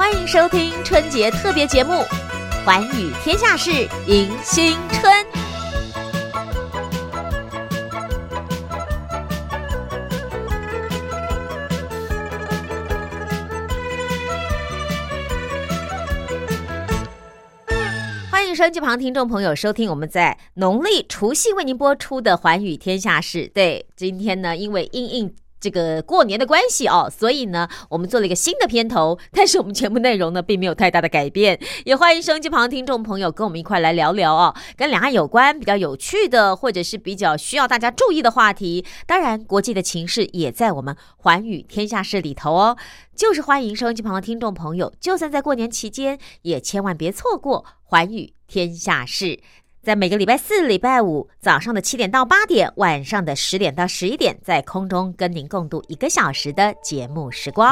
欢迎收听春节特别节目《寰宇天下事迎新春》。欢迎收音机旁听众朋友收听我们在农历除夕为您播出的《寰宇天下事》。对，今天呢，因为因应这个过年的关系哦，所以呢，我们做了一个新的片头，但是我们节目内容呢，并没有太大的改变。也欢迎收音机旁听众朋友跟我们一块来聊聊哦，跟两岸有关比较有趣的，或者是比较需要大家注意的话题。当然，国际的情势也在我们寰宇天下事里头哦。就是欢迎收音机旁的听众朋友，就算在过年期间，也千万别错过寰宇天下事。在每个礼拜四、礼拜五早上的7点到8点，晚上的10点到11点，在空中跟您共度1个小时的节目时光。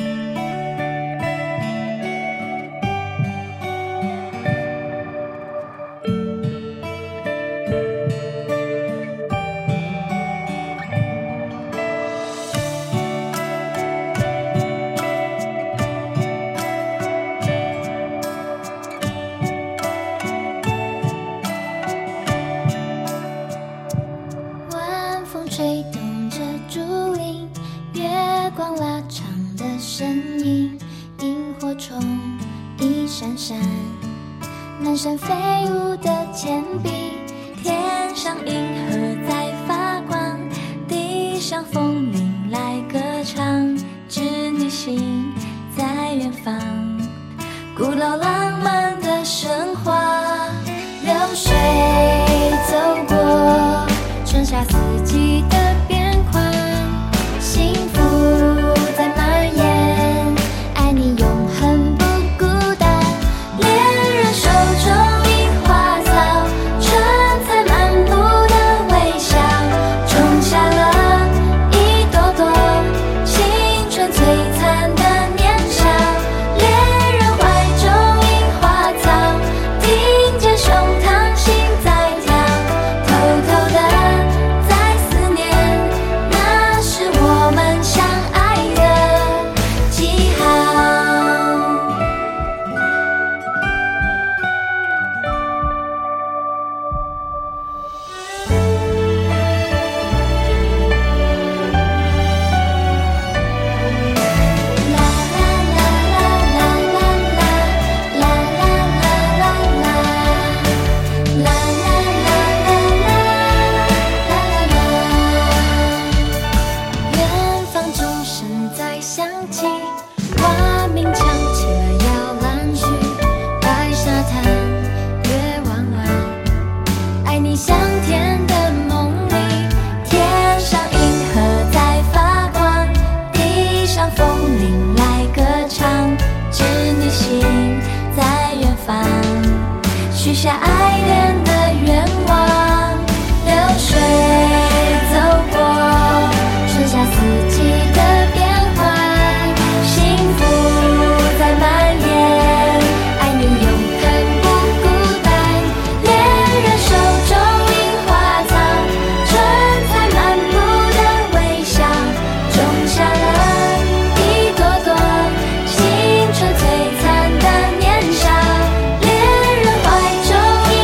吹动着竹林，月光拉长的身影，萤火虫一闪闪，满山飞舞的铅笔，天上银河在发光，地上风铃来歌唱，知你心在远方，古老浪漫的神话，流水走过春夏四季的变换，幸福在蔓延，爱你永恒不孤单，恋人手中樱花草，春菜满目的微笑，种下了一朵朵青春璀璨的年少，恋人怀中樱花草，听见胸膛心在跳，偷偷的许下爱恋的愿望，流水走过春夏四季的变换，幸福在蔓延，爱你永恒不孤单，恋人手中樱花草，春菜满目的微笑，种下了一朵朵青春璀璨的年少，恋人怀中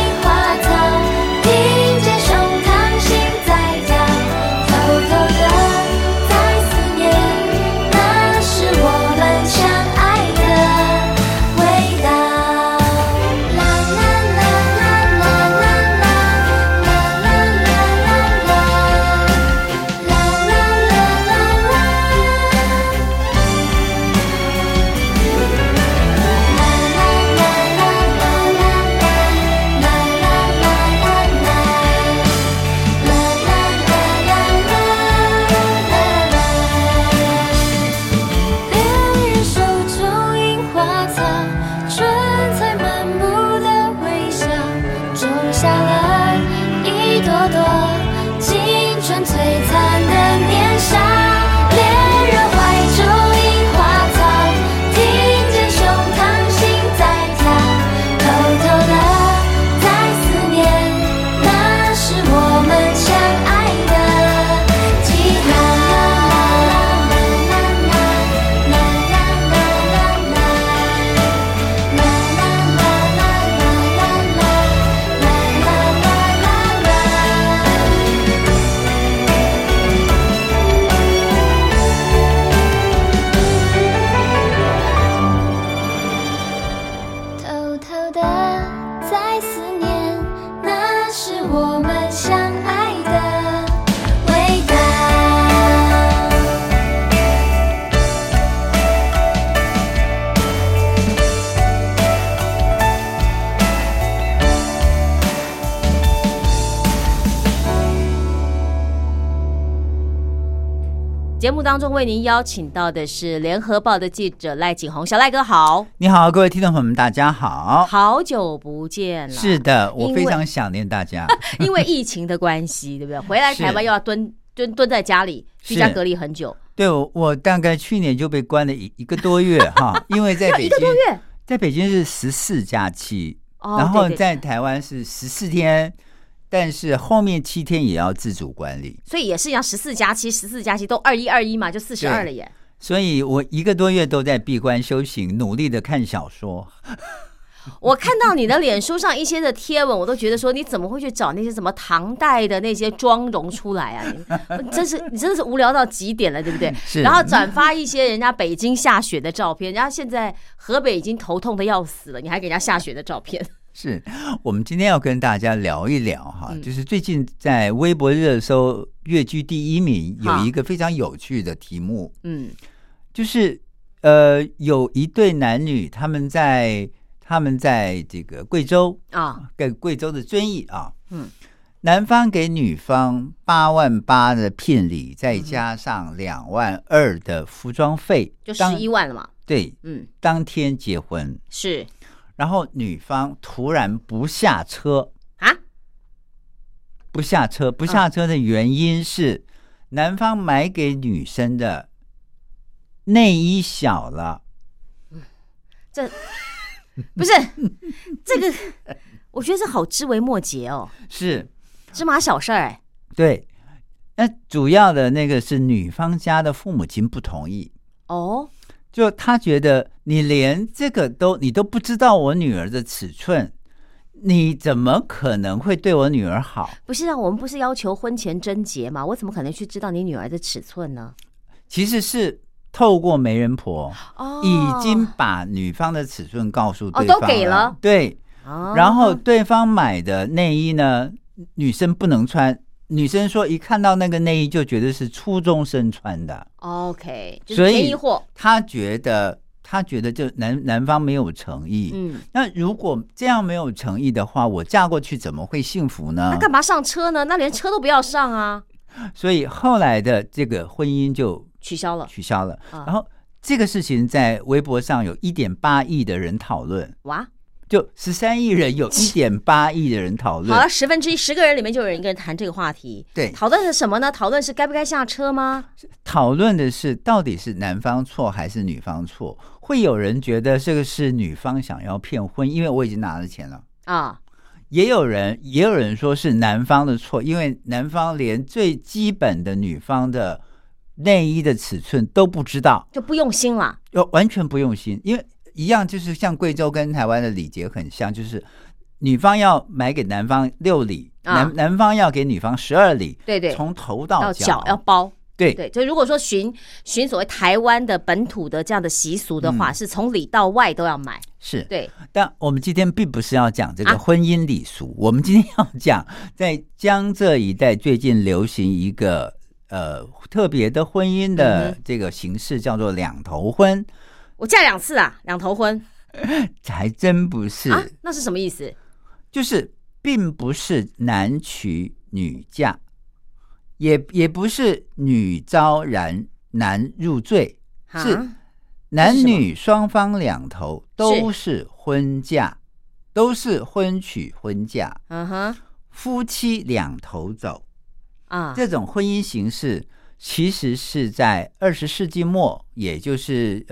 节目当中为您邀请到的是联合报的记者赖景宏，小赖哥好。 你好，各位听众朋友们，大家好， 好久不见了。 是的，我非常想念大家， 因为疫情的关系，对不对？回来台湾又要蹲在家里，居家隔离很久。 对，我大概去年就被关了一个多月哈，因为在北京， 一个多月， 在北京是14假期， 然后在台湾是14天。但是后面7天也要自主管理， 所以也是一样，14加7都21嘛，就42了耶。 所以我1个多月都在闭关修行，努力的看小说。 我看到你的脸书上一些的贴文，我都觉得说，你怎么会去找那些什么唐代的那些妆容出来啊？你真的是无聊到极点了，对不对？然后转发一些人家北京下雪的照片，人家现在河北已经头痛的要死了，你还给人家下雪的照片。 是我们今天要跟大家聊一聊哈，就是最近在微博热搜跃居第1名，有一个非常有趣的题目，就是有一对男女，他们在这个贵州啊，跟贵州的遵义啊，男方给女方8万8的聘礼，再加上2万2的服装费， 就11万了嘛。 对，当天结婚是。 然后女方突然不下车啊，不下车的原因是男方买给女生的内衣小了。 这不是这个，我觉得这好枝微末节哦， 是芝麻小事哎。 对，那主要的那个是女方家的父母亲不同意哦。就他觉得你连这个你都不知道我女儿的尺寸，你怎么可能会对我女儿好？ 不是啊，我们不是要求婚前贞洁吗？我怎么可能去知道你女儿的尺寸呢？ 其实是透过媒人婆已经把女方的尺寸告诉对方了， 都给了。 对，然后对方买的内衣呢，女生不能穿。女生说一看到那个内衣就觉得是初中生穿的 ，OK， 就是便宜货。 所以她觉得就男方没有诚意。那如果这样没有诚意的话，我嫁过去怎么会幸福呢？ 那干嘛上车呢？那连车都不要上啊！ 所以后来的这个婚姻就取消了。 然后这个事情在微博上有1.8亿的人讨论。哇！就13亿人，有1.8亿的人讨论。 好了，10个人里面就有一个人谈这个话题。 对， 讨论是什么呢？讨论是该不该下车吗？ 讨论的是到底是男方错还是女方错？会有人觉得这个是女方想要骗婚，因为我已经拿了钱了啊。也有人说是男方的错，因为男方连最基本的女方的内衣的尺寸都不知道， 就不用心了。 完全不用心，因为。一样就是像贵州跟台湾的礼节很像，就是女方要买给男方6礼，男方要给女方12礼， 对， 从头到脚要包， 对， 就如果说循所谓台湾的本土的这样的习俗的话，是从里到外都要买， 是对。 但我们今天并不是要讲这个婚姻礼俗，我们今天要讲在江浙一带最近流行一个特别的婚姻的这个形式，叫做2头婚。 我嫁2次啊，2头婚， 还真不是啊？ 那是什么意思？ 就是并不是男娶女嫁，也不是女招然男入赘，是男女双方2头都是婚嫁，都是婚娶婚嫁，夫妻2头走啊。这种婚姻形式。其实是在20世纪末，也就是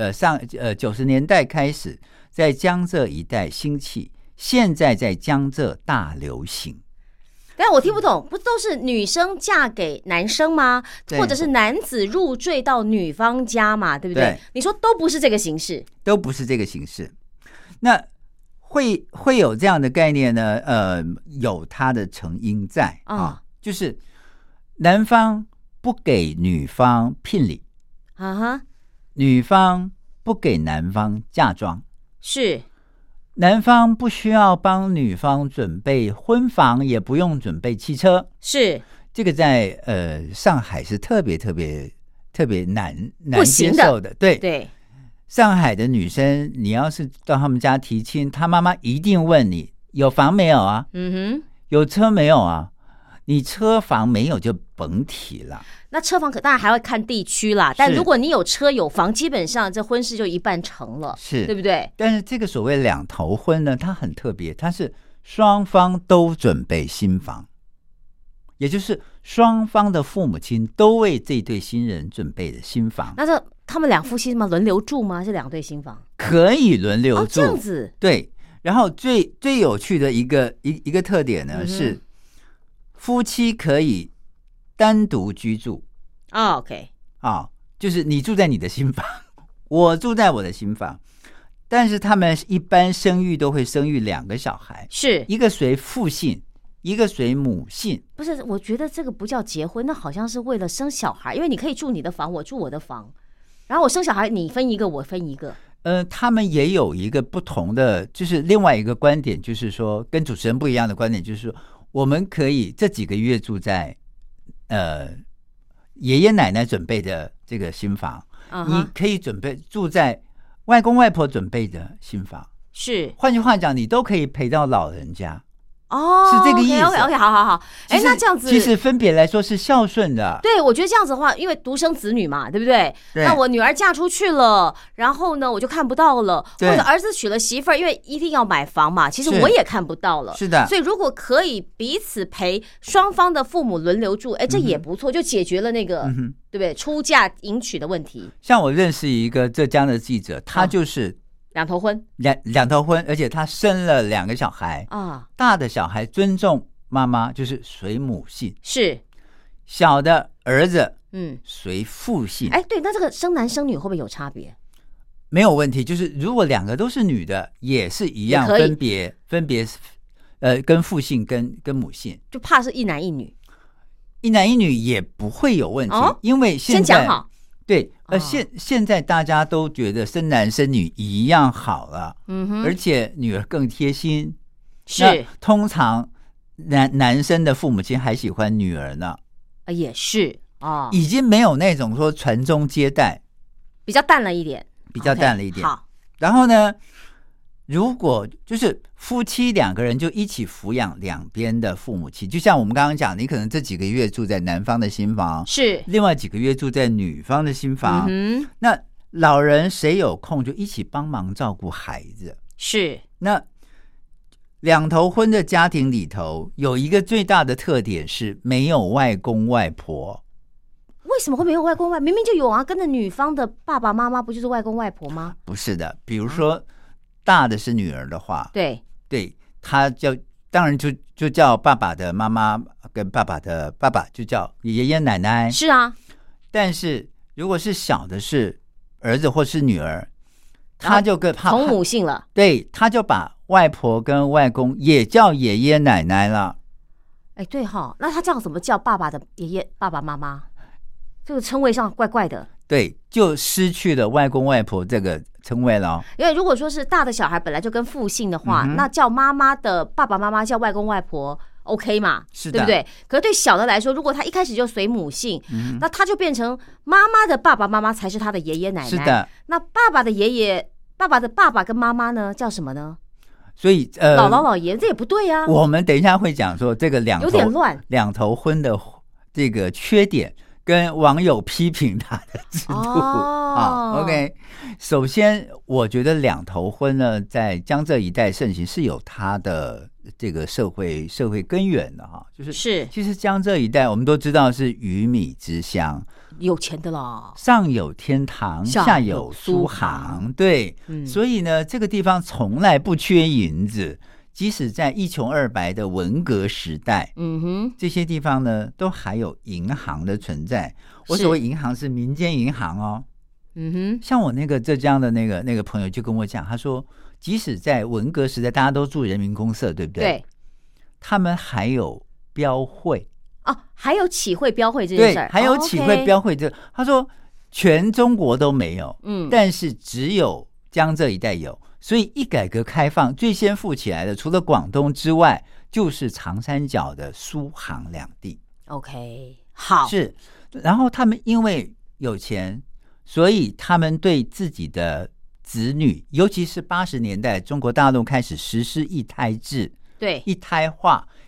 90年代开始，在江浙一带兴起，现在在江浙大流行。 但我听不懂，不都是女生嫁给男生吗？或者是男子入赘到女方家嘛，对不对？你说都不是这个形式， 都不是这个形式。那会有这样的概念呢？有它的成因在啊，就是男方不给女方聘礼女方不给男方嫁妆， 是男方不需要帮女方准备婚房，也不用准备汽车， 是这个在上海是特别难接受的。 对， 上海的女生，你要是到他们家提亲，他妈妈一定问你有房没有啊？有车没有啊？ 你车房没有就甭提了。 那车房当然还要看地区啦，但如果你有车有房，基本上这婚事就一半成了， 是， 对不对？ 但是这个所谓两头婚呢，它很特别，它是双方都准备新房，也就是双方的父母亲都为这对新人准备的新房。 那这他们两夫妻吗？轮流住吗？是两对新房？ 可以轮流住， 这样子。 对，然后最有趣的一个特点呢，是夫妻可以单独居住。 OK， 就是你住在你的新房，我住在我的新房，但是他们一般生育都会生育2个小孩， 是一个随父姓，一个随母姓。 不是，我觉得这个不叫结婚，那好像是为了生小孩，因为你可以住你的房，我住我的房，然后我生小孩，你分一个，我分一个。 他们也有一个不同的，就是另外一个观点，就是说跟主持人不一样的观点，就是说我们可以这几个月住在爷爷奶奶准备的这个新房，你可以住在外公外婆准备的新房， 是， 换句话讲，你都可以陪到老人家。 是这个意思。 OK， 好。那这样子其实分别来说是孝顺的。 对，我觉得这样子的话，因为独生子女嘛，对不对？ 对。 那我女儿嫁出去了，然后呢，我就看不到了。或者儿子娶了媳妇儿，因为一定要买房嘛，其实我也看不到了。 是的。 所以如果可以彼此陪，双方的父母轮流住，这也不错，就解决了那个对不对？出嫁迎娶的问题。 像我认识一个浙江的记者，他就是两头婚， 两头婚，而且他生了2个小孩大的小孩尊重妈妈，就是随母姓， 是小的儿子随父姓。 对，那这个生男生女会不会有差别？ 没有问题，就是如果2个都是女的，也是一样，分别跟父姓跟母姓， 就怕是一男一女， 一男一女也不会有问题，因为现在先讲好。 对，现在大家都觉得生男生女一样好了，而且女儿更贴心。 是， 通常男生的父母亲还喜欢女儿呢。 也是已经没有那种说传宗接代， 比较淡了一点， 好，然后呢，如果就是夫妻2个人就一起抚养两边的父母亲，就像我们刚刚讲，你可能这几个月住在男方的新房， 是另外几个月住在女方的新房，那老人谁有空就一起帮忙照顾孩子。 是， 那两头婚的家庭里头有一个最大的特点是没有外公外婆。 为什么会没有外公外婆？明明就有啊，跟着女方的爸爸妈妈不就是外公外婆吗？ 不是的，比如说大的是女儿的话， 对， 他当然就叫爸爸的妈妈跟爸爸的爸爸就叫爷爷奶奶。 是啊， 但是如果是小的是儿子或是女儿，他就跟从母姓了， 对，他就把外婆跟外公也叫爷爷奶奶了。 对那他这样怎么叫爸爸的爷爷爸爸妈妈？这个称谓上怪怪的。 对，就失去了外公外婆这个称谓了。 因为如果说是大的小孩本来就跟父姓的话，那叫妈妈的爸爸妈妈叫外公外婆 OK 嘛？ 是的， 对不对？可是对小的来说，如果他一开始就随母姓，那他就变成妈妈的爸爸妈妈才是他的爷爷奶奶。 是的， 那爸爸的爷爷、爸爸的爸爸跟妈妈呢，叫什么呢？ 所以姥姥姥爷，这也不对啊。 我们等一下会讲说这个有点乱， 两头婚的这个缺点。跟网友批评他的制度OK， 首先我觉得两头婚呢，在江浙一带盛行是有它的这个社会根源的就是其实江浙一带我们都知道是鱼米之乡， 有钱的啦， 上有天堂，下有苏杭，对，所以呢，这个地方从来不缺银子。即使在一穷二白的文革时代，这些地方呢都还有银行的存在。我所谓银行是民间银行哦。像我那个浙江的那个朋友就跟我讲，他说，即使在文革时代，大家都住人民公社，对不对？ 对。 他们还有标会还有启会标会这件事儿， 对，还有启会标会这。他说全中国都没有，但是只有江浙一带有。所以一改革开放，最先富起来的除了广东之外，就是长三角的苏杭两地。 OK， 好， 是。然后他们因为有钱，所以他们对自己的子女，尤其是80年代中国大陆开始实施一胎制， 对， 一胎化，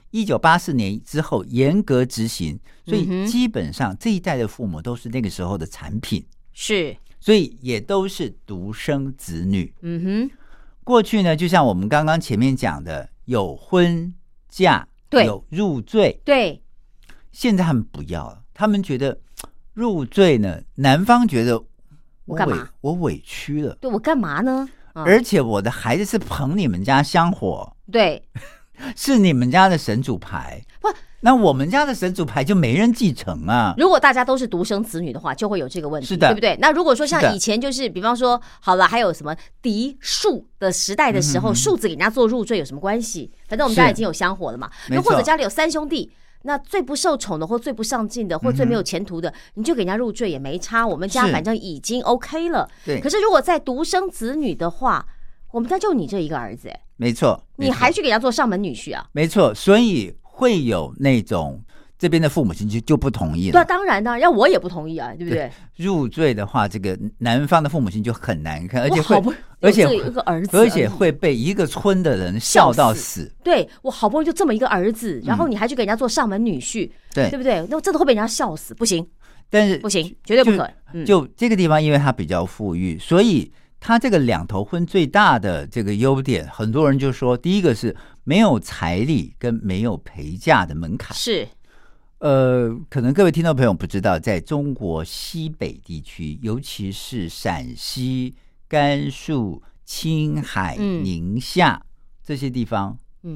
1984年之后严格执行，所以基本上这一代的父母都是那个时候的产品， 是， 所以也都是独生子女。过去呢，就像我们刚刚前面讲的，有婚嫁， 对， 有入赘， 对， 现在他们不要了，他们觉得入赘呢，男方觉得我干嘛？ 我委屈了， 对，我干嘛呢？ 而且我的孩子是捧你们家香火， 对， 是你们家的神主牌， 不， 那我们家的神主牌就没人继承啊。 如果大家都是独生子女的话，就会有这个问题， 是的， 对不对？那如果说像以前就是比方说好了，还有什么嫡庶的时代的时候，庶子给人家做入赘有什么关系？反正我们家已经有香火了嘛。又或者家里有3兄弟，那最不受宠的或最不上进的或最没有前途的，你就给人家入赘也没差，我们家反正已经 OK 了。 对。 可是如果在独生子女的话，我们家就你这一个儿子， 没错， 你还去给人家做上门女婿啊？ 没错，所以会有那种这边的父母亲就不同意了。 对，当然要我也不同意啊，对不对？ 入赘的话，这个男方的父母亲就很难看，而且会被一个村的人笑到死。 对，我好不容易就这么一个儿子，然后你还去给人家做上门女婿，对不对？那真的会被人家笑死，不行。 但是不行，绝对不可。 就这个地方，因为它比较富裕，所以他这个两头婚最大的这个优点，很多人就说，第一个是没有彩礼跟没有陪嫁的门槛。 是， 可能各位听众朋友不知道，在中国西北地区，尤其是陕西、甘肃、青海、宁夏这些地方，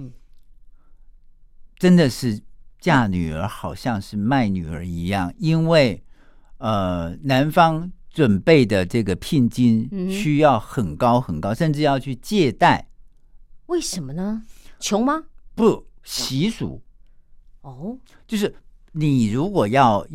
真的是嫁女儿好像是卖女儿一样，因为男方准备的这个聘金需要很高很高，甚至要去借贷。 为什么呢？穷吗？ 不，习俗。就是你如果要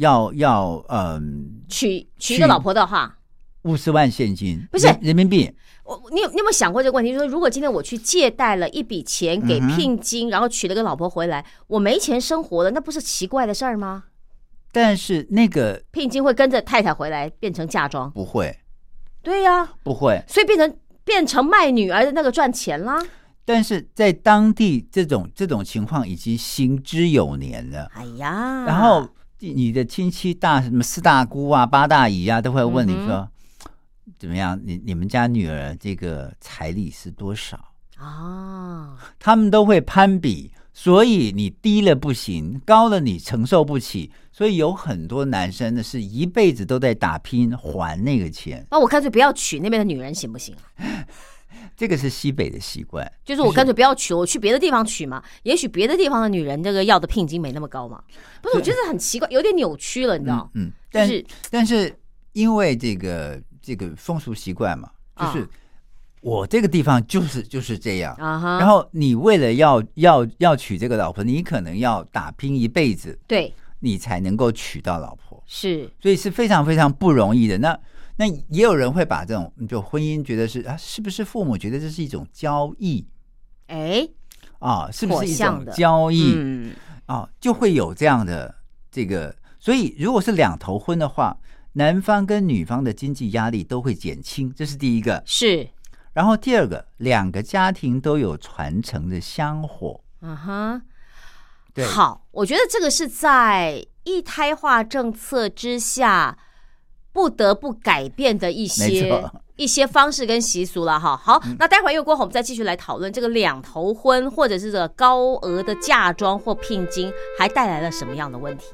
娶一个老婆的话 ，50万现金， 不是人民币。 你有没有想过这个问题？就是如果今天我去借贷了一笔钱给聘金，然后娶了个老婆回来，我没钱生活了，那不是奇怪的事儿吗？ 但是那个聘金会跟着太太回来变成嫁妆？ 不会。 对呀， 不会。 所以变成卖女儿的那个赚钱啦。 但是在当地这种情况已经行之有年了。 哎呀， 然后你的亲戚什么4大姑啊、8大姨啊，都会问你说，怎么样？你们家女儿这个彩礼是多少啊？他们都会攀比，所以你低了不行，高了你承受不起，所以有很多男生呢是一辈子都在打拼还那个钱。 那我干脆不要娶那边的女人行不行？ 这个是西北的习惯， 就是我干脆不要娶，我去别的地方娶嘛。也许别的地方的女人这个要的聘金没那么高嘛。不是，我觉得很奇怪，有点扭曲了，你知道？ 但是因为这个风俗习惯嘛，就是我这个地方就是这样。然后你为了要娶这个老婆，你可能要打拼一辈子， 对， 你才能够娶到老婆。 是， 所以是非常非常不容易的。那也有人会把这种就婚姻觉得是不是父母觉得这是一种交易？是不是一种交易？就会有这样的这个。所以如果是两头婚的话，男方跟女方的经济压力都会减轻，这是第一个。 是。 然后第二个，两个家庭都有传承的香火。对。 好，我觉得这个是在一胎化政策之下不得不改变的一些方式跟习俗了哈。好，那待会儿又过后我们再继续来讨论这个两头婚或者是这个高额的嫁妆或聘金还带来了什么样的问题。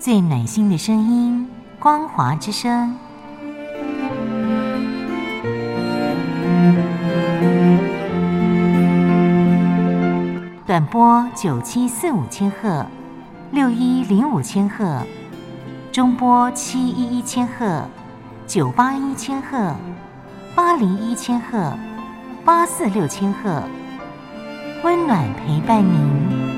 最暖心的声音，光华之声。短波9745千赫，6105千赫，中波711千赫，981千赫，801千赫，846千赫，温暖陪伴您。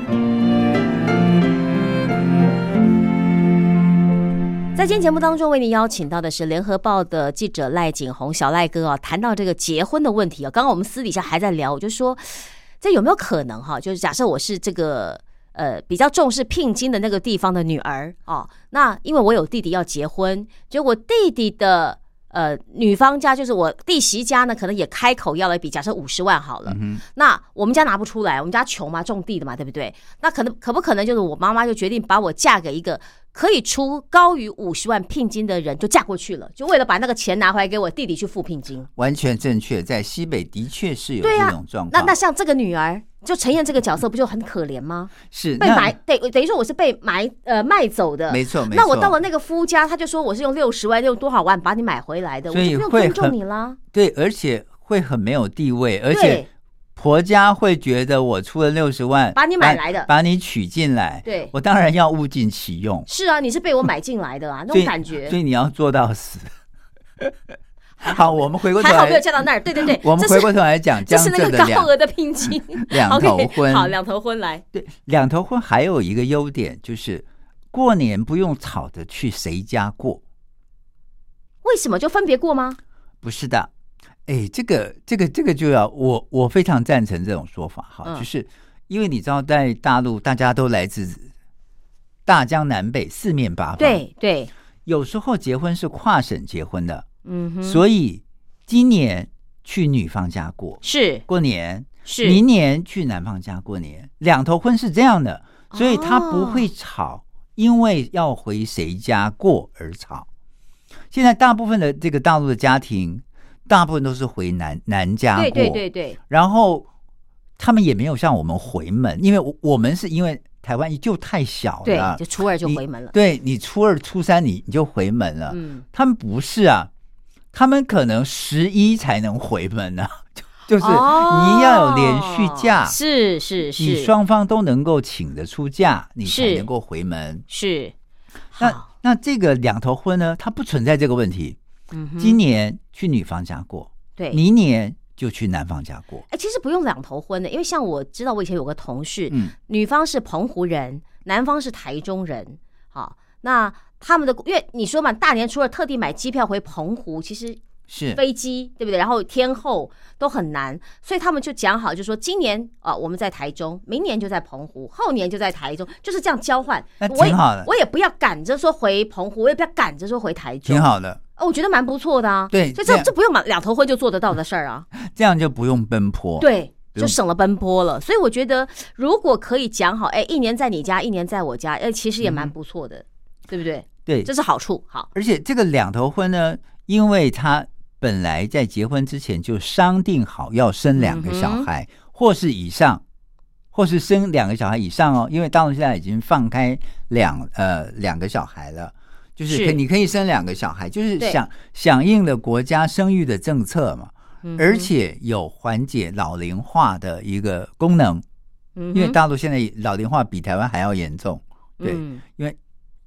在今天节目当中，为您邀请到的是联合报的记者赖景宏，小赖哥啊，谈到这个结婚的问题啊。刚刚我们私底下还在聊，我就说，这有没有可能哈？就是假设我是这个比较重视聘金的那个地方的女儿哦，那因为我有弟弟要结婚，结果弟弟的女方家就是我弟媳家呢，可能也开口要了一笔，假设50万好了，那我们家拿不出来，我们家穷嘛，种地的嘛，对不对？那可不可能就是我妈妈就决定把我嫁给一个可以出高于50万聘金的人，就嫁过去了，就为了把那个钱拿回来给我弟弟去付聘金？完全正确，在西北的确是有这种状况。 那像这个女儿就陈燕这个角色不就很可怜吗？ 是被买，等于说我是被卖走的， 没错。 那我到了那个夫家，他就说我是用60万，用多少万把你买回来的， 所以我就不用尊重你啦。 对，而且会很没有地位，而且婆家会觉得我出了60万把你买来的， 把你娶进来， 对， 我当然要物尽其用。 是啊，你是被我买进来的啊，那种感觉。 所以你要做到死。好，我们回过头来， 还好没有嫁到那儿。对对对， 我们回过头来讲， 这是那个高额的聘金， 两头婚。 好，两头婚来。 对，两头婚还有一个优点就是过年不用吵着去谁家过。 为什么就分别过吗？ 不是的，这个就要我非常赞成这种说法哈，就是因为你知道在大陆大家都来自大江南北四面八方， 对对， 有时候结婚是跨省结婚的。所以今年去女方家过过年， 是明年去男方家过年，两头婚是这样的，所以他不会吵，因为要回谁家过而吵。现在大部分的这个大陆的家庭，大部分都是回男家过， 对， 然后他们也没有像我们回门，因为我们是因为台湾就太小了， 对，就初二就回门了。 对，你初二、初三你就回门了。他们不是啊，他们可能11才能回门啊，就是你要有连续假， 是， 你双方都能够请得出假，你才能够回门。 是， 那这个两头婚呢，它不存在这个问题。今年去女方家过， 对， 明年就去男方家过。 其实不用两头婚的，因为像我知道，我以前有个同事，女方是澎湖人，男方是台中人。好，那他们的，因为你说嘛，大年初二特地买机票回澎湖，其实是飞机，对不对？然后天后都很难，所以他们就讲好，就说今年我们在台中，明年就在澎湖，后年就在台中，就是这样交换。 那挺好的， 我也不要赶着说回澎湖，我也不要赶着说回台中， 挺好的。 我觉得蛮不错的啊。 对， 所以这不用嘛，两头婚就做得到的事儿啊。 这样就不用奔波， 对，就省了奔波了。所以我觉得，如果可以讲好，一年在你家，一年在我家，其实也蛮不错的，对不对？ 对， 这是好处。好， 而且这个两头婚呢，因为他本来在结婚之前就商定好要生2个小孩，或是以上，或是生2个小孩以上哦。因为大陆现在已经放开2个小孩了。就是你可以生2个小孩，就是响应了国家生育的政策嘛，而且有缓解老龄化的一个功能。因为大陆现在老龄化比台湾还要严重，对，因为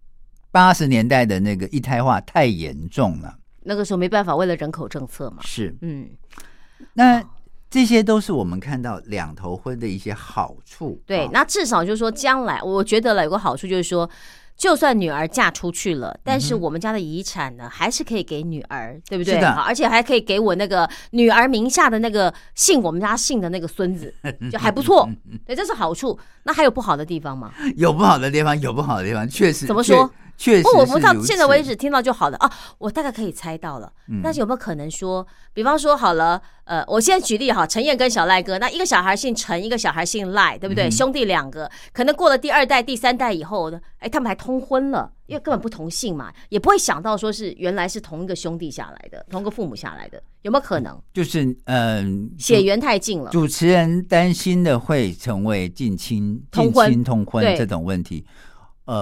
80年代的那个一胎化太严重了， 那个时候没办法，为了人口政策嘛。 是，那这些都是我们看到两头婚的一些好处。 对，那至少就是说，将来我觉得有个好处就是说，就算女儿嫁出去了，但是我们家的遗产呢，还是可以给女儿，对不对？ 是的， 而且还可以给我那个女儿名下的那个姓我们家姓的那个孙子，就还不错。对，这是好处。那还有不好的地方吗？ 有不好的地方，有不好的地方，确实。 怎么说？ 确实是如此。 我们到现在为止听到就好了啊，我大概可以猜到了。但是有没有可能说，比方说好了，我现在举例哈，陈燕跟小赖哥，那一个小孩姓陈，一个小孩姓赖，对不对？兄弟2个，可能过了第2代、第3代以后呢，他们还通婚了，因为根本不同姓嘛，也不会想到说是原来是同一个兄弟下来的，同一个父母下来的，有没有可能？ 就是血缘太近了。 主持人担心的会成为近亲通婚这种问题。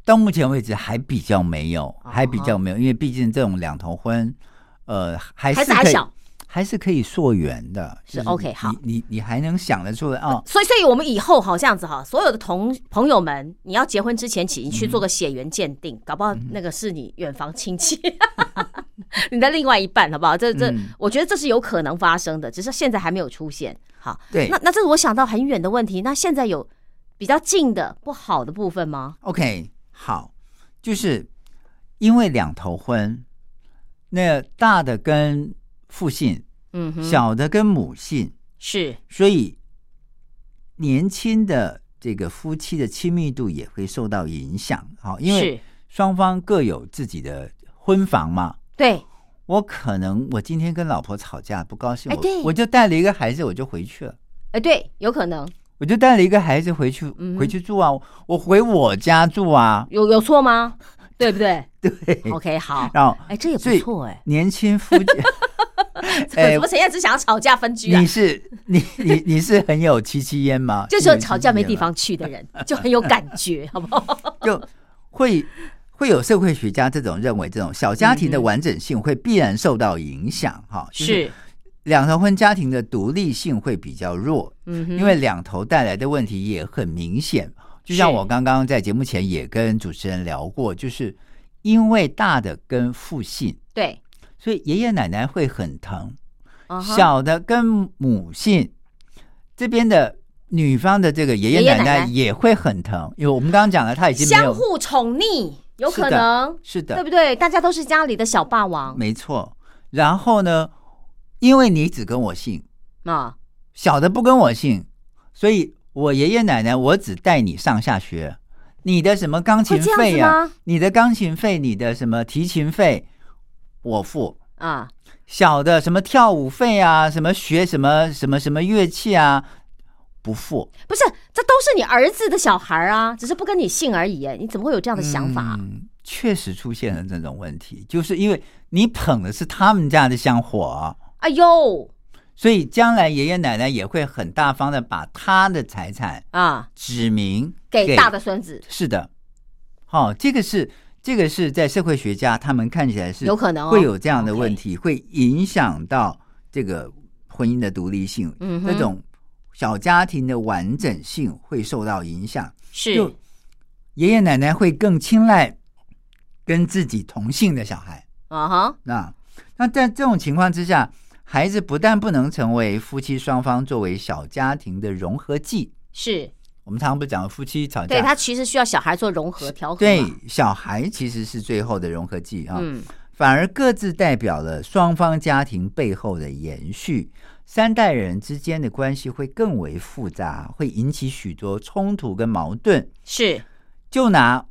到目前为止还比较没有，因为毕竟这种两头婚，还是可以溯源的， 是 OK 好， 你还能想得出来哦。 所以我们以后好这样子哈，所有的朋友们，你要结婚之前，请去做个血缘鉴定，搞不好那个是你远房亲戚，你的另外一半，好不好？我觉得这是有可能发生的，只是现在还没有出现。好， 对， 那这是我想到很远的问题。那现在有比较近的不好的部分吗 ？OK， 好，就是因为两头婚，那大的跟父姓，小的跟母姓， 是， 所以年轻的这个夫妻的亲密度也会受到影响。好，因为双方各有自己的婚房嘛。 对， 我今天跟老婆吵架不高兴， 我就带了一个孩子我就回去了。 对，有可能。 我就带了一个孩子回去住啊，我回我家住啊， 有错吗？对不对？ 对 ，OK， 好。 然后， 这也不错年轻夫妻， 怎么陈燕只想要吵架分居啊？ 你是很有戚焉吗？ 就是吵架没地方去的人，就很有感觉，好不好？ 就会有社会學家这种认为，这种小家庭的完整性会必然受到影响哈。是两头婚家庭的独立性会比较弱，因为两头带来的问题也很明显。就像我刚刚在节目前也跟主持人聊过，就是因为大的跟父姓， 对， 所以爷爷奶奶会很疼，小的跟母姓这边的女方的这个爷爷奶奶也会很疼，因为我们刚刚讲了，他已经没有相互宠溺，有可能是的， 对不对？大家都是家里的小霸王， 没错。然后呢，因为你只跟我姓小的不跟我姓，所以我爷爷奶奶我只带你上下学，你的什么钢琴费啊，你的钢琴费，你的什么提琴费我付啊，小的什么跳舞费啊，什么学什么乐器啊不付。 不是，这都是你儿子的小孩啊，只是不跟你姓而已，你怎么会有这样的想法？ 确实出现了这种问题，就是因为你捧的是他们家的香火， 哎呦， 所以将来爷爷奶奶也会很大方的把他的财产指明给大的孙子。 是的，这个是在社会学家他们看起来是有可能会有这样的问题，会影响到这个婚姻的独立性，这种小家庭的完整性会受到影响。 是， 就爷爷奶奶会更青睐跟自己同姓的小孩那在这种情况之下，孩子不但不能成为夫妻双方作为小家庭的融合剂， 是我们常常不讲夫妻吵架， 对，他其实需要小孩做融合调和， 对，小孩其实是最后的融合剂反而各自代表了双方家庭背后的延续，三代人之间的关系会更为复杂，会引起许多冲突跟矛盾。 是， 就拿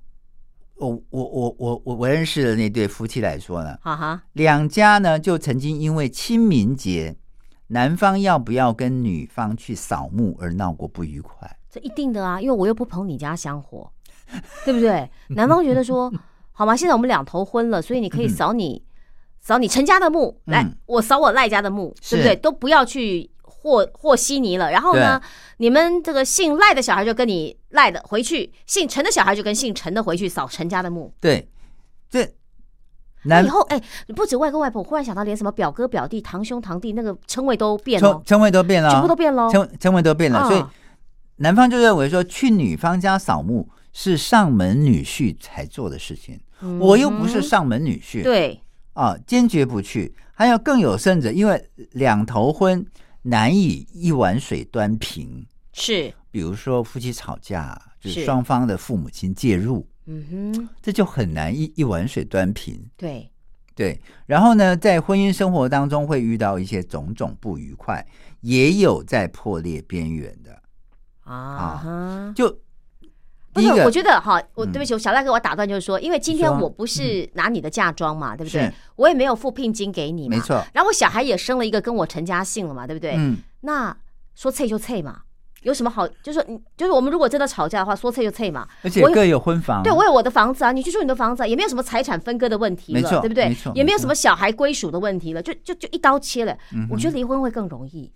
我认识的那对夫妻来说呢，两家呢就曾经因为清明节男方要不要跟女方去扫墓而闹过不愉快。 这一定的啊，因为我又不捧你家香火，对不对？男方觉得说好吗，现在我们两头婚了，所以你可以扫你陈家的墓，来我扫我赖家的墓，对不对？都不要去和稀泥了。然后呢，你们这个姓赖的小孩就跟你赖的回去，姓陈的小孩就跟姓陈的回去扫陈家的墓。 对，这以后不止外公外婆，我忽然想到连什么表哥表弟堂兄堂弟那个称谓都变了， 称谓都变了， 全部都变了， 称谓都变了。所以男方就认为说去女方家扫墓是上门女婿才做的事情，我又不是上门女婿， 对坚决不去。还有更有甚者，因为两头婚难以一碗水端平， 是， 比如说夫妻吵架，就是双方的父母亲介入，这就很难一碗水端平。对，然后呢，在婚姻生活当中会遇到一些种种不愉快，也有在破裂边缘的就不是，我觉得对不起，小赖哥，我打断，就是说，因为今天我不是拿你的嫁妆嘛，对不对？我也没有付聘金给你嘛， 没错。 然后我小孩也生了一个跟我陈家姓了嘛，对不对？那说脆就脆嘛，有什么好？就是我们如果真的吵架的话，说脆就脆嘛。 而且各有婚房， 对，我有我的房子啊，你去住你的房子，也没有什么财产分割的问题了，对不对？也没有什么小孩归属的问题了，就一刀切了。我觉得离婚会更容易。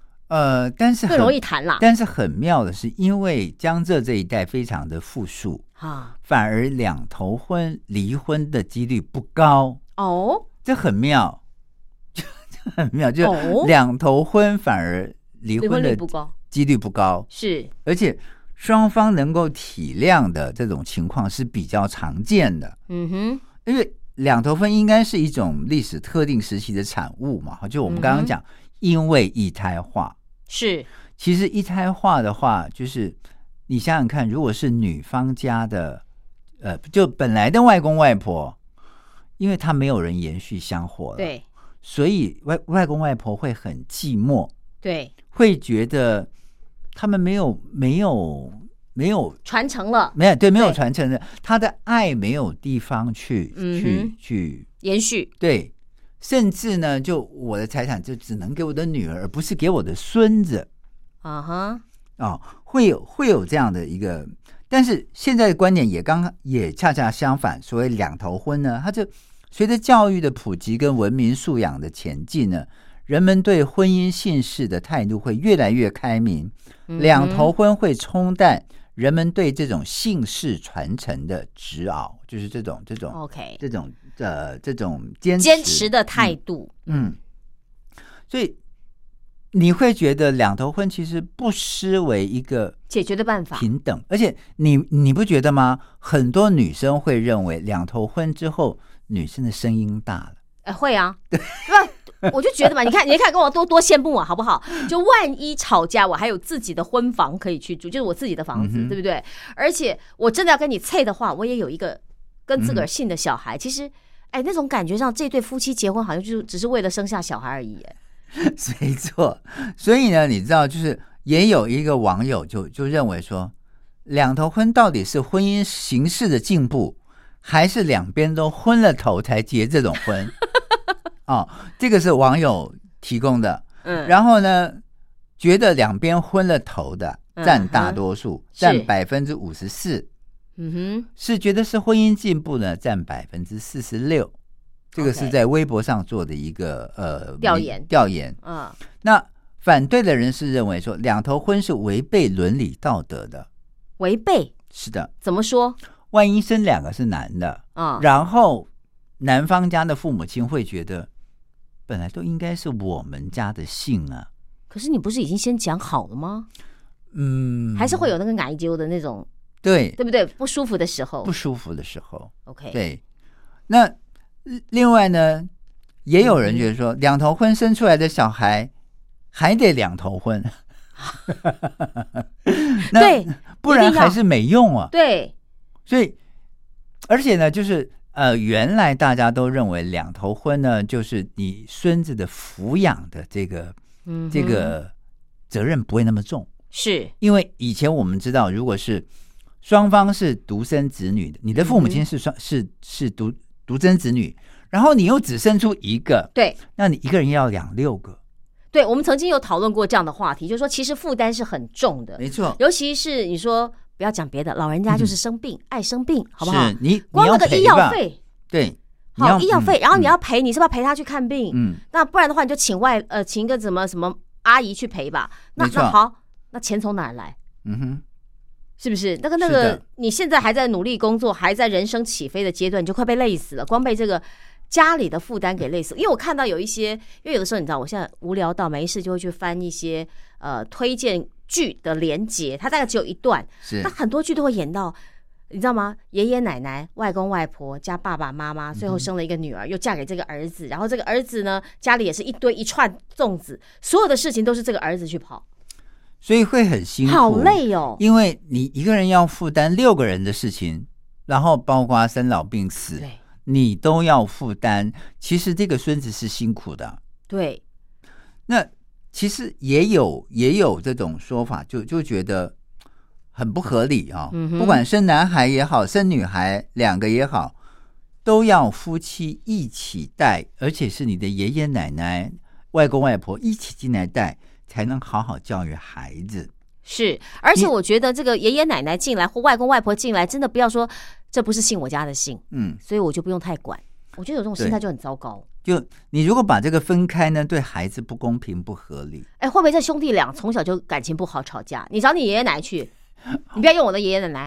但是更容易谈啦。 但是很妙的是，因为江浙这一带非常的富庶， 反而两头婚离婚的几率不高。这很妙，很妙，就两头婚反而离婚的几率不高， 是， 而且双方能够体谅的这种情况是比较常见的。因为两头婚应该是一种历史特定时期的产物嘛，就我们刚刚讲，因为一胎化。 是， 其实一胎化的话，就是你想想看，如果是女方家的就本来的外公外婆，因为他没有人延续香火了， 对， 所以外公外婆会很寂寞， 对， 会觉得他们没有传承了， 没有传承的，他的爱没有地方去延续， 对，甚至呢，就我的财产就只能给我的女儿，而不是给我的孙子。会有这样的一个，但是现在的观点也恰恰相反，所谓两头婚呢，它就随着教育的普及跟文明素养的前进呢，人们对婚姻姓氏的态度会越来越开明，两头婚会冲淡人们对这种姓氏传承的执拗，就是这种 OK 这种坚持的态度。 所以你会觉得两头婚其实不失为一个解决的办法， 平等。而且你不觉得吗？很多女生会认为两头婚之后女生的声音大了。 会啊，对，我就觉得嘛，你看跟我多羡慕啊，好不好？就万一吵架，我还有自己的婚房可以去住，就是我自己的房子，对不对？而且我真的要跟你脆的话，我也有一个跟自个儿姓的小孩。其实，那种感觉上，这对夫妻结婚好像就只是为了生下小孩而已。 没错，所以呢，你知道，就是也有一个网友就认为说，两头婚到底是婚姻形式的进步，还是两边都昏了头才结这种婚？这个是网友提供的。然后呢，觉得两边昏了头的占大多数，占54%。是觉得是婚姻进步呢，占46%。这个是在微博上做的一个调研。那反对的人是认为说，两头婚是违背伦理道德的。 违背？ 是的。 怎么说？ 万一生两个是男的，然后男方家的父母亲会觉得，本来都应该是我们家的姓啊。 可是你不是已经先讲好了吗？还是会有那个奶揪的那种，对不对？不舒服的时候。 OK。对。那另外呢，也有人觉得说，两头婚生出来的小孩还得两头婚， 对， 不然还是没用啊。 对， 所以而且呢，就是原来大家都认为两头婚呢，就是你孙子的抚养的这个责任不会那么重， 是因为以前我们知道，如果是双方是独生子女的，你的父母亲是独生子女，然后你又只生出一个， 对， 那你一个人要养6个。 对，我们曾经有讨论过这样的话题，就是说其实负担是很重的， 没错， 尤其是你说不要讲别的，老人家就是生病，爱生病，好不好？ 是你光那个医药费， 对， 好医药费，然后你要陪，你是不是要陪他去看病？那不然的话，你就请一个什么阿姨去陪吧。那好，那钱从哪儿来？是不是？那个，你现在还在努力工作，还在人生起飞的阶段，你就快被累死了，光被这个家里的负担给累死。因为我看到有一些，因为有的时候你知道，我现在无聊到没事就会去翻一些推荐剧的连结，它大概只有一段，那很多剧都会演到，你知道吗？爷爷奶奶、外公外婆加爸爸妈妈，最后生了一个女儿，又嫁给这个儿子，然后这个儿子呢，家里也是一串粽子，所有的事情都是这个儿子去跑。 所以会很辛苦， 好累哦。 因为你一个人要负担6个人的事情，然后包括生老病死，你都要负担。其实这个孙子是辛苦的。对。那其实也有这种说法，就觉得很不合理啊。不管生男孩也好，生女孩2个也好，都要夫妻一起带，而且是你的爷爷奶奶、外公外婆一起进来带，才能好好教育孩子。 是，而且我觉得这个爷爷奶奶进来或外公外婆进来，真的不要说这不是姓我家的姓，所以我就不用太管。我觉得有这种心态就很糟糕。 就你如果把这个分开呢，对孩子不公平不合理。 会不会这兄弟俩从小就感情不好吵架？你找你爷爷奶奶去，你不要用我的爷爷奶奶。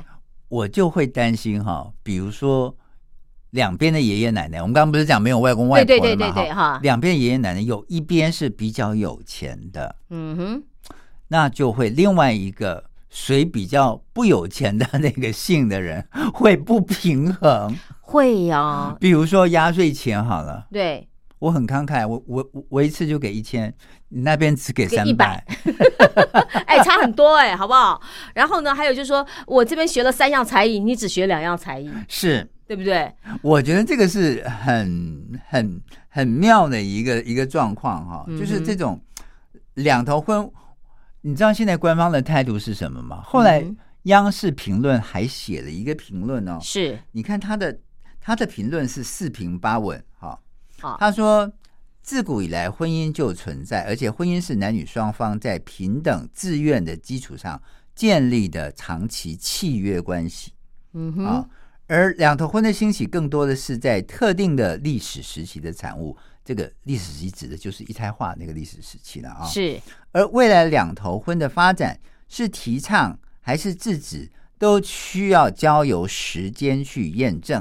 我就会担心哈，比如说两边的爷爷奶奶，我们刚刚不是讲没有外公外婆了吗？ 对哈， 两边爷爷奶奶有一边是比较有钱的，那就会另外一个谁比较不有钱的那个姓的人会不平衡， 会呀。 比如说压岁钱好了， 对， 我很慷慨，我一次就给1000，你那边只给300， 哎，差很多好不好？然后呢，还有就是说我这边学了3样才艺，你只学2样才艺， 是对不对？ 我觉得这个是很妙的一个状况哈，就是这种两头婚。你知道现在官方的态度是什么吗？后来央视评论还写了一个评论哦， 是你看他的评论是4平8稳哈。他说自古以来婚姻就存在，而且婚姻是男女双方在平等自愿的基础上建立的长期契约关系。而两头婚的兴起更多的是在特定的历史时期的产物，这个历史时期指的就是一胎化那个历史时期了是。 而未来两头婚的发展是提倡还是制止，都需要交由时间去验证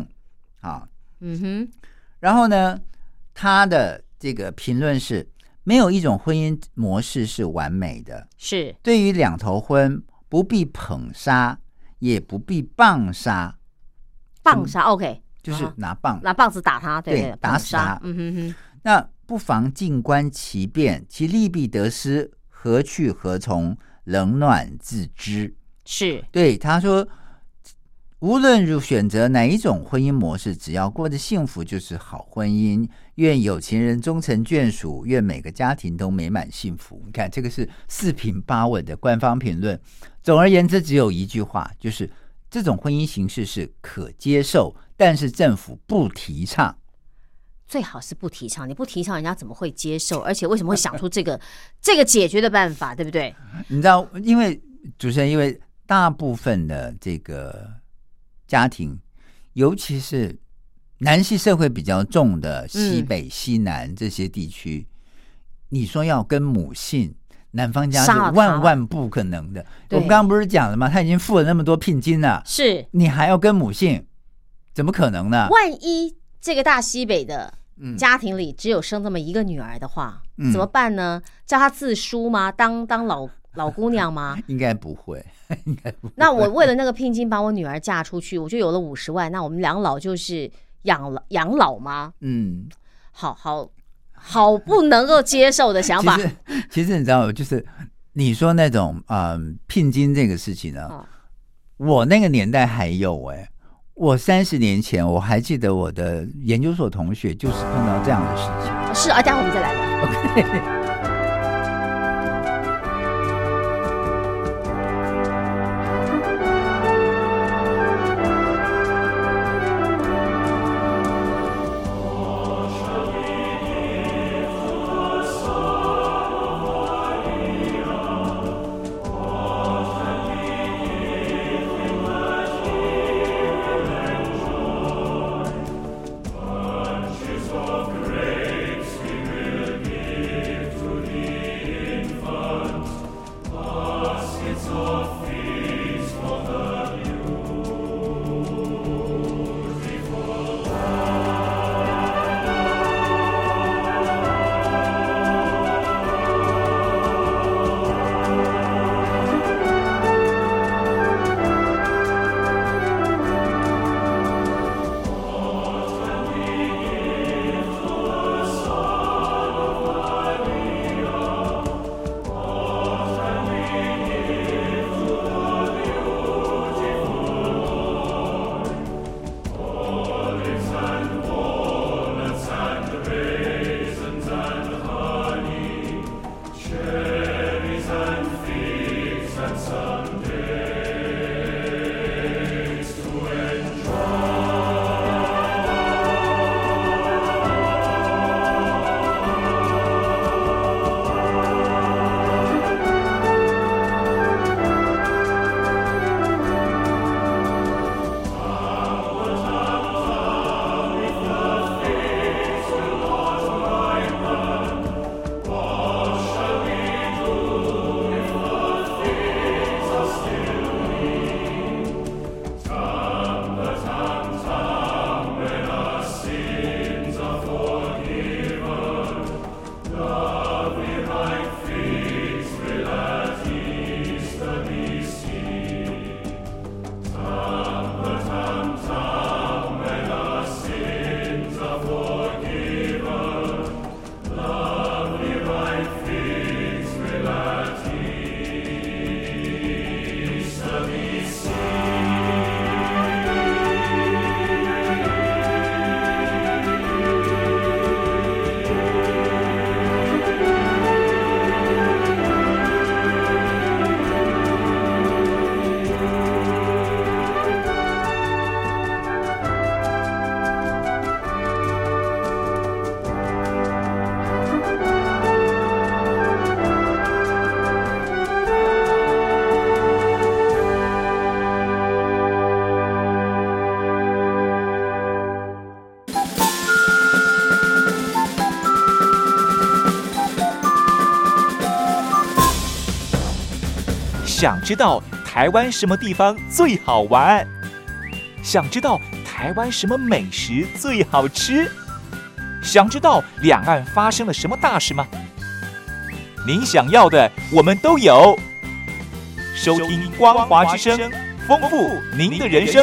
然后呢，他的这个评论是没有一种婚姻模式是完美的，是对于两头婚不必捧杀也不必棒杀。 棒杀 OK， 就是拿棒子打他，对， 打死他。那不妨静观其变，其利弊得失，何去何从，冷暖自知。是对他说，无论如选择哪一种婚姻模式，只要过得幸福就是好婚姻。愿有情人终成眷属，愿每个家庭都美满幸福。你看，这个是4平8稳的官方评论。总而言之，只有一句话，就是这种婚姻形式是可接受，但是政府不提倡。 最好是不提倡，你不提倡，人家怎么会接受？而且为什么会想出这个解决的办法，对不对？ 你知道，因为主持人，因为大部分的这个家庭，尤其是男系社会比较重的西北、西南这些地区，你说要跟母姓，男方家是万不可能的。我们刚刚不是讲了吗？他已经付了那么多聘金了，是你还要跟母姓，怎么可能呢？ 万一这个大西北的家庭里只有生这么一个女儿的话，怎么办呢？叫她自书吗？当老姑娘吗？ 应该不会， 那我为了那个聘金把我女儿嫁出去，我就有了50万，那我们两老就是养老吗？好不能够接受的想法。 其实你知道，就是你说那种聘金这个事情呢，我那个年代还有我30年前我还记得我的研究所同学就是碰到这样的事情。 是啊，待会我们再来聊。OK。 想知道台湾什么地方最好玩？想知道台湾什么美食最好吃？想知道两岸发生了什么大事吗？您想要的我们都有。收听光华之声，丰富您的人生。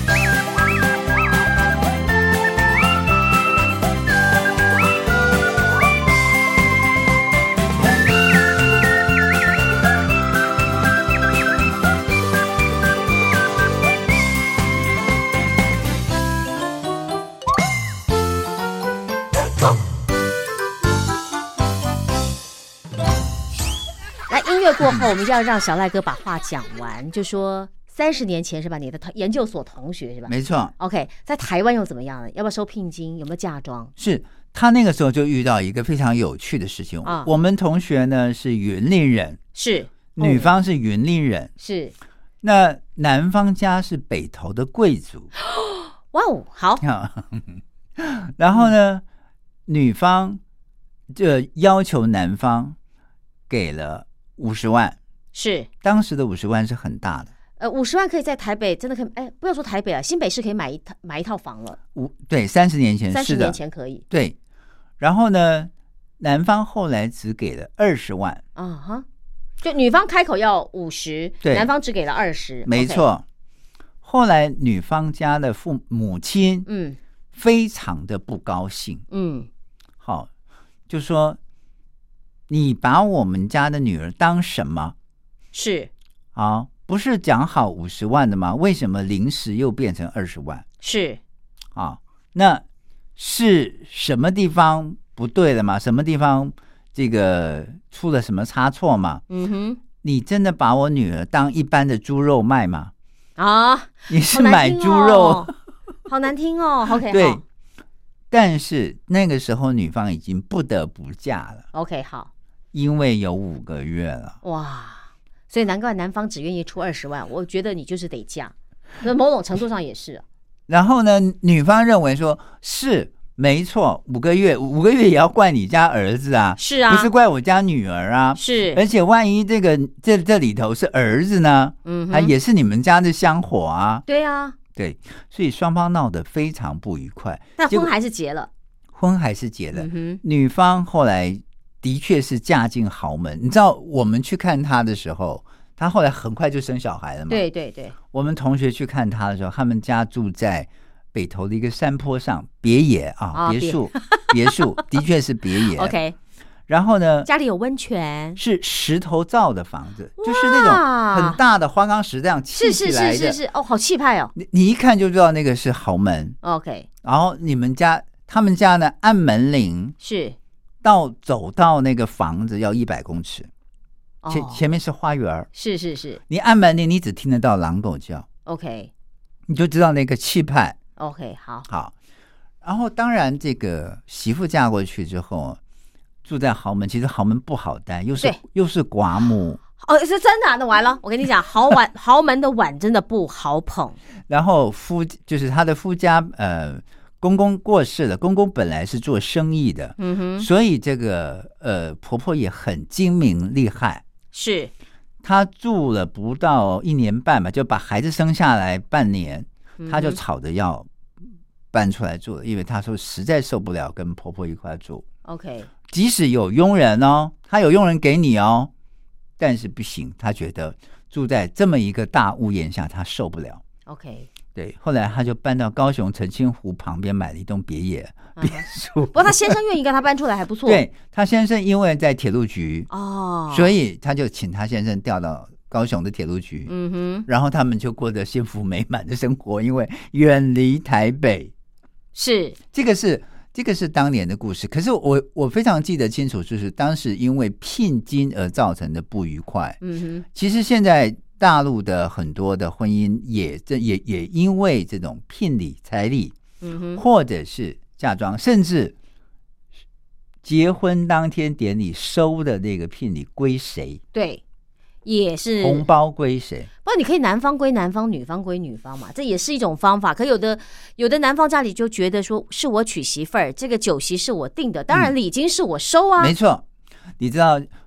音乐过后，我们就要让小赖哥把话讲完，就说30年前是吧？你的研究所同学是吧？ 没错。 OK， 在台湾又怎么样呢？要不要收聘金？有没有嫁妆？ 是他那个时候就遇到一个非常有趣的事情。我们同学呢是云林人， 是女方是云林人， 是那男方家是北投的贵族。 哇哦，好。 然后呢，女方就要求男方给了50万， 是当时的50万是很大的。 50万可以在台北真的可以，不要说台北了，新北市可以买一套房了。 对，30年前是的， 30年前可以。 对，然后呢，男方后来只给了20万。 啊哈，就女方开口要50， 对， 男方只给了20。 没错。后来女方家的母亲，非常的不高兴。好，就说你把我们家的女儿当什么？ 是啊，不是讲好50万的吗？为什么临时又变成20万？ 是啊，那是什么地方不对了吗？什么地方这个出了什么差错吗？你真的把我女儿当一般的猪肉卖吗？ 啊， 你是买猪肉， 好难听哦。OK， 对。但是那个时候女方已经不得不嫁了。 OK， 好。 因为有5个月了。 哇，所以难怪男方只愿意出20万。我觉得你就是得嫁，某种程度上也是。 然后呢，女方认为说是没错，5个月也要怪你家儿子啊， 是啊， 不是怪我家女儿啊， 是。 而且万一这里头是儿子呢，也是你们家的香火啊。 对啊， 对，所以双方闹得非常不愉快。 但婚还是结了， 女方后来的确是嫁进豪门。你知道我们去看她的时候，她后来很快就生小孩了嘛。 对对对。 我们同学去看她的时候，他们家住在北投的一个山坡上，别野啊，别墅的确是别野。 OK。 然后呢， 家里有温泉， 是石头造的房子，就是那种很大的花岗石这样砌起来的。 是哦，好气派哦。 你一看就知道那个是豪门。 OK。 然后他们家呢，按门铃是。 走到那个房子要100公尺，前面是花园。 是。 你按门铃，你只听得到狼狗叫。 OK， 你就知道那个气派。 OK， 好。 然后当然，这个媳妇嫁过去之后，住在豪门，其实豪门不好待，又是寡母。 哦，是真的。那完了，我跟你讲，豪门的碗真的不好捧。 然后就是他的夫家公公过世了，公公本来是做生意的，所以这个婆婆也很精明厉害。 是， 她住了不到1年半吧，就把孩子生下来半年，她就吵着要搬出来住了，因为她说实在受不了跟婆婆一块住。 OK， 即使有佣人哦，她有佣人给你哦，但是不行，她觉得住在这么一个大屋檐下，她受不了。 OK。 对，后来他就搬到高雄澄清湖旁边买了一栋别墅。 不过他先生愿意跟他搬出来还不错。 对，他先生因为在铁路局所以他就请他先生调到高雄的铁路局。然后他们就过着幸福美满的生活，因为远离台北。 是， 这个是当年的故事。可是我非常记得清楚，就是当时因为聘金而造成的不愉快。其实现在大陆的很多的婚姻也因为这种聘礼、彩礼，或者是嫁妆，甚至结婚当天典礼收的那个聘礼归谁？ 对，也是红包归谁？ 不然你可以男方归男方，女方归女方嘛，这也是一种方法。可有的男方家里就觉得说是我娶媳妇儿，这个酒席是我定的，当然礼金是我收啊。 没错，你知道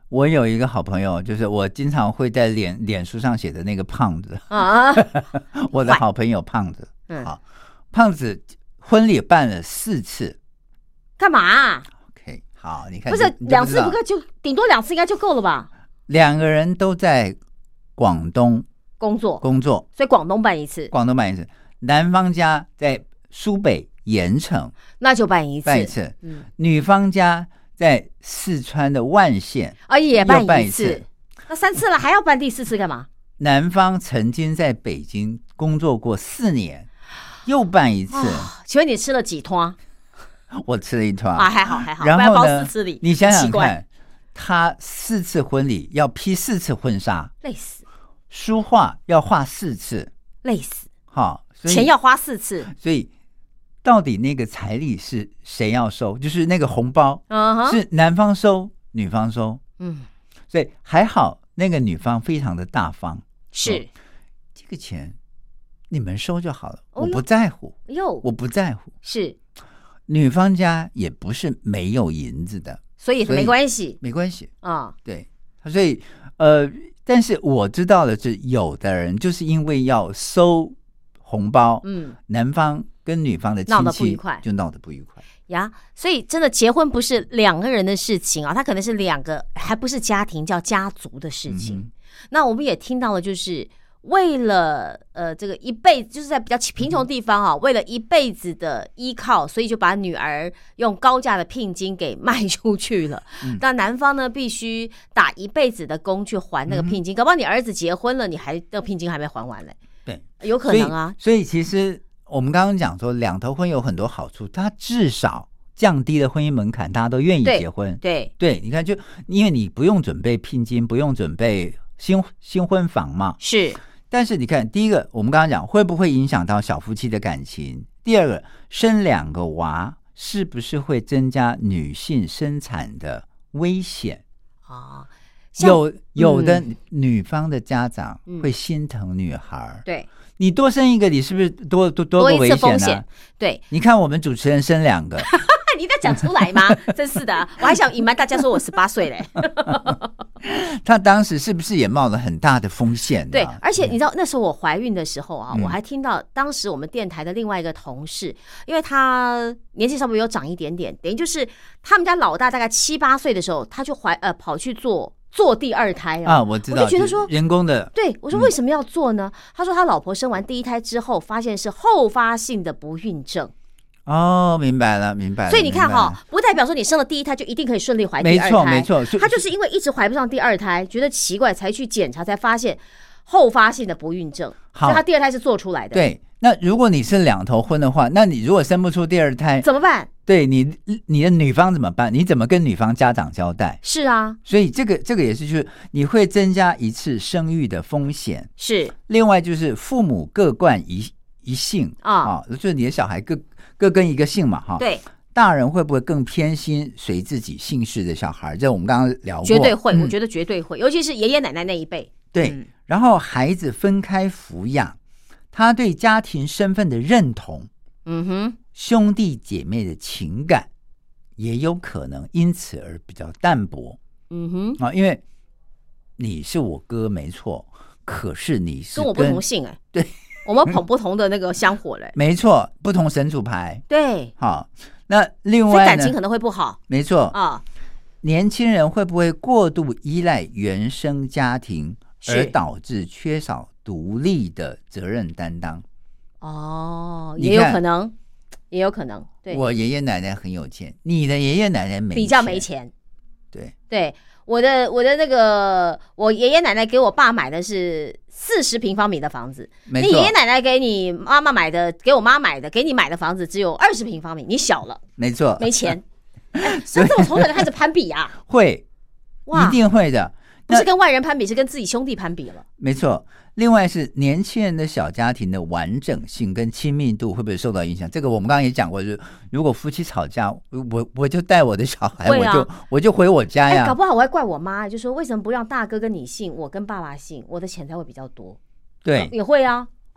我有一个好朋友，就是我经常会在脸书上写的那个胖子啊， 我的好朋友胖子， 好， 胖子婚礼办了4次， 干嘛 ？OK， 好，你看， 不是2次不够，就顶多2次应该就够了吧 ？2个人都在广东工作， 所以广东办一次， 男方家在苏北盐城， 那就办一次，女方家在四川的万县， 也办一次，那3次了，还要办第4次干嘛？ 男方曾经在北京工作过4年，又办一次。 请问你吃了几团？ 我吃了1团还好。 然后呢？你想想看， 他4次婚礼要披4次婚纱， 累死； 书画要画4次， 累死。 好， 钱要花4次， 所以到底那个彩礼是谁要收？就是那个红包，是男方收，女方收。所以还好，那个女方非常的大方， 是这个钱你们收就好了，我不在乎。我不在乎。 是女方家也不是没有银子的， 所以没关系， 啊。对，所以但是我知道的是，有的人就是因为要收红包，男方跟女方的亲戚就闹得不愉快呀。所以真的结婚不是2个人的事情啊，它可能是2个，还不是家庭，叫家族的事情。那我们也听到了，就是为了这个一辈子，就是在比较贫穷的地方啊，为了一辈子的依靠，所以就把女儿用高价的聘金给卖出去了。那男方呢，必须打一辈子的工去还那个聘金，搞不好你儿子结婚了，你还那个聘金还没还完嘞。 对， 有可能啊。 所以其实我们刚刚讲说，2头婚有很多好处，它至少降低了婚姻门槛，大家都愿意结婚。 对， 你看，就因为你不用准备聘金，不用准备新婚房嘛。 是。 但是你看，第一个，我们刚刚讲会不会影响到小夫妻的感情？第二个，生2个娃是不是会增加女性生产的危险啊？有的女方的家长会心疼女孩， 对， 你多生一个，你是不是多个危险呢？ 对， 你看我们主持人生2个， 你在讲出来吗？真是的，我还想隐瞒大家说我18岁嘞。 他当时是不是也冒了很大的风险呢？ 对，而且你知道那时候我怀孕的时候啊，我还听到当时我们电台的另外一个同事，因为他年纪稍微有长一点点，等于就是他们家老大大概7、8岁的时候，他就跑去做第2胎啊。 我知道，我就觉得说人工的。 对，我说为什么要做呢？他说他老婆生完第1胎之后，发现是后发性的不孕症。 明白了。 所以你看不代表说你生了第1胎就一定可以顺利怀第2胎。 没错。 他就是因为一直怀不上第2胎，觉得奇怪，才去检查，才发现后发性的不孕症。所以他第2胎是做出来的。 对，那如果你是2头婚的话，那你如果生不出第2胎怎么办？ 对你的女方怎么办？你怎么跟女方家长交代？ 是啊， 所以这个也是，就是你会增加一次生育的风险。 是， 另外就是父母各冠一姓就是你的小孩各跟一个姓嘛， 对， 大人会不会更偏心随自己姓氏的小孩？这我们刚刚聊过， 绝对会，我觉得绝对会，尤其是爷爷奶奶那一辈。 对，然后孩子分开抚养，他对家庭身份的认同，兄弟姐妹的情感也有可能因此而比较淡薄。因为你是我哥没错，可是你是跟我不同姓对。 我们捧不同的那个香火嘞， 没错，不同神主牌。 对， 好，那另外呢， 感情可能会不好。 没错啊，年轻人会不会过度依赖原生家庭，而导致缺少独立的责任担当？ 也有可能，对， 我爷爷奶奶很有钱，你的爷爷奶奶比较没钱。 对， 我的那个，我爷爷奶奶给我爸买的是40平方米的房子，你爷爷奶奶给你妈妈买的，给我妈买的，给你买的房子只有20平方米，你小了， 没错， 没钱。所以我从小就开始攀比啊， 会，一定会的， 不是跟外人攀比，是跟自己兄弟攀比了。 没错。另外是年轻人的小家庭的完整性跟亲密度会不会受到影响？这个我们刚刚也讲过，就是如果夫妻吵架，我就带我的小孩，我就回我家呀。 搞不好我会怪我妈，就说为什么不让大哥跟你姓，我跟爸爸姓，我的钱才会比较多。 对， 也会啊。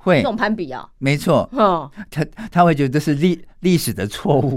会这种攀比啊， 没错，他会觉得这是历史的错误。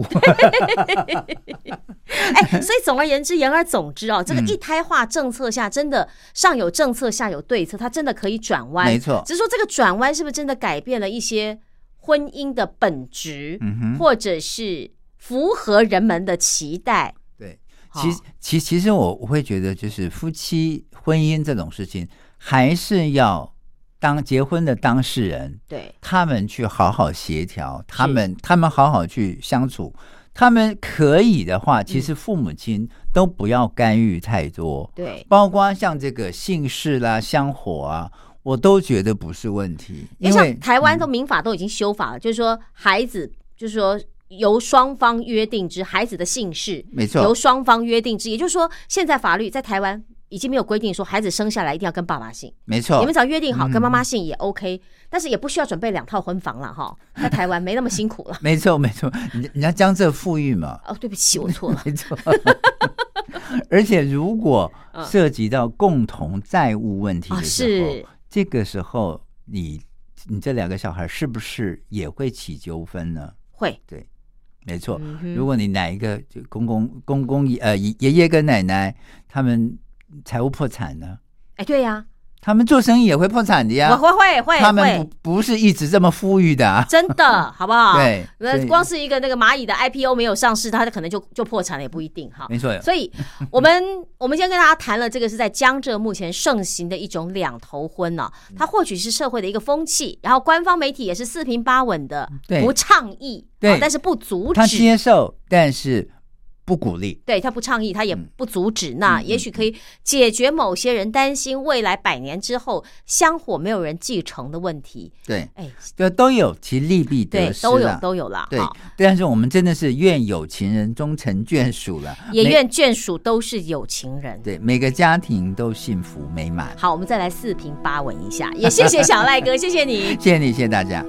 所以总而言之，言而总之这个一胎化政策下，真的上有政策，下有对策，它真的可以转弯。 没错， 只是说这个转弯是不是真的改变了一些婚姻的本质，或者是符合人们的期待？ 对，其实我会觉得，就是夫妻婚姻这种事情，还是要当结婚的当事人， 对， 他们去好好协调，他们好好去相处。他们可以的话，其实父母亲都不要干预太多， 对， 包括像这个姓氏啦、香火啊，我都觉得不是问题。因为像台湾的民法都已经修法了，就是说孩子，就是说由双方约定之孩子的姓氏， 没错， 由双方约定之，也就是说，现在法律在台湾已经没有规定说孩子生下来一定要跟爸爸姓， 没错， 你们只要约定好跟妈妈姓也 OK，但是也不需要准备2套婚房了哈，在台湾没那么辛苦了。 没错，你要江浙富裕嘛。 对不起，我错了。 没错。而且如果涉及到共同债务问题的时候，这个时候你这2个小孩是不是也会起纠纷呢？ 会， 对，没错。如果你哪一个就公公爷爷跟奶奶他们财务破产呢？ 对呀， 他们做生意也会破产的呀。 会， 他们不是一直这么富裕的真的，好不好？ 对， 光是一个那个蚂蚁的 IPO 没有上市，它可能就破产了，也不一定哈。 没错。 所以我们今天跟大家谈了这个是在江浙目前盛行的一种2头婚呢，它或许是社会的一个风气，然后官方媒体也是4平8稳的，不倡议， 对， 但是不阻止， 他接受，但是不鼓励， 对，他不倡议，他也不阻止，那也许可以解决某些人担心未来100年之后香火没有人继承的问题。 对，都有其利弊得失， 对，都有啦。 对，但是我们真的是愿有情人终成眷属了， 也愿眷属都是有情人。 对，每个家庭都幸福美满。 好，我们再来4平8稳一下，也谢谢小赖哥，谢谢你， 谢谢大家。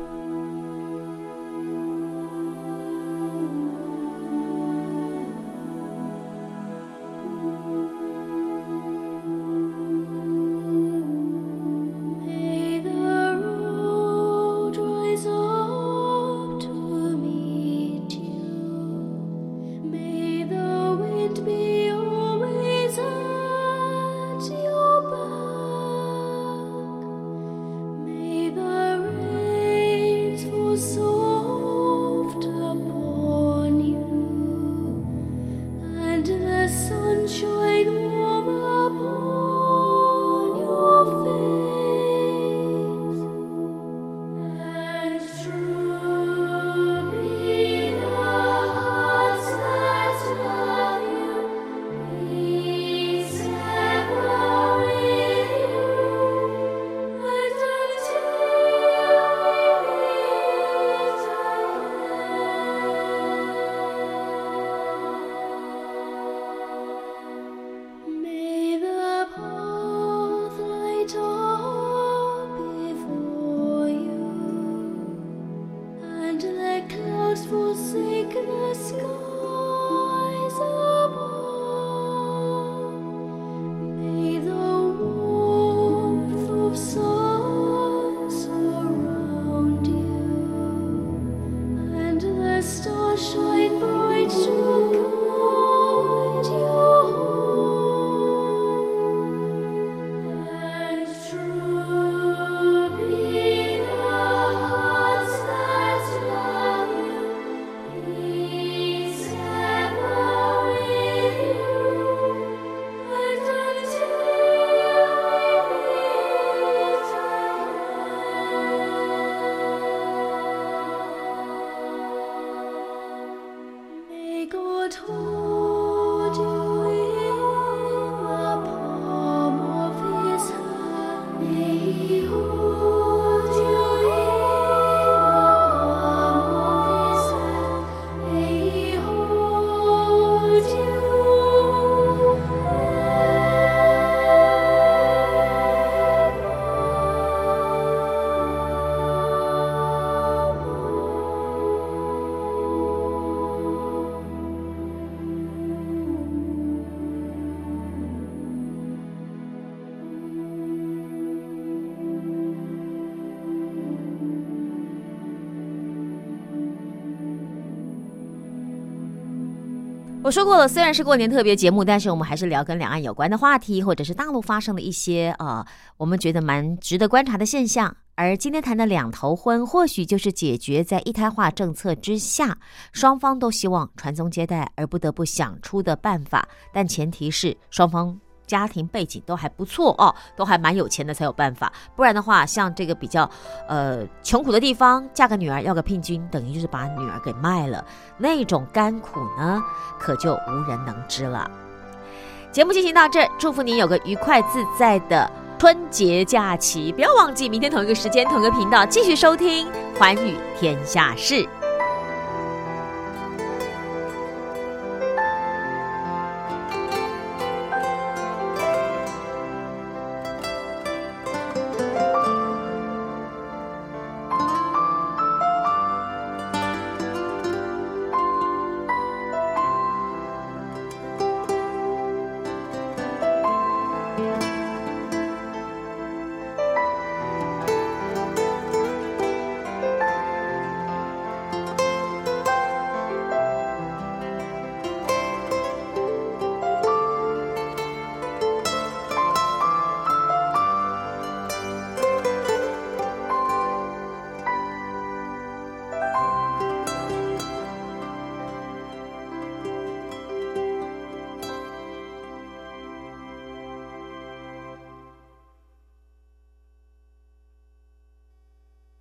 我说过了，虽然是过年特别节目，但是我们还是聊跟两岸有关的话题，或者是大陆发生的一些我们觉得蛮值得观察的现象。而今天谈的两头婚，或许就是解决在一胎化政策之下，双方都希望传宗接代而不得不想出的办法，但前提是双方家庭背景都还不错都还蛮有钱的才有办法，不然的话，像这个比较穷苦的地方，嫁个女儿要个聘金，等于就是把女儿给卖了，那种甘苦呢，可就无人能知了。节目进行到这，祝福您有个愉快自在的春节假期，不要忘记明天同一个时间同一个频道继续收听《寰宇天下事》。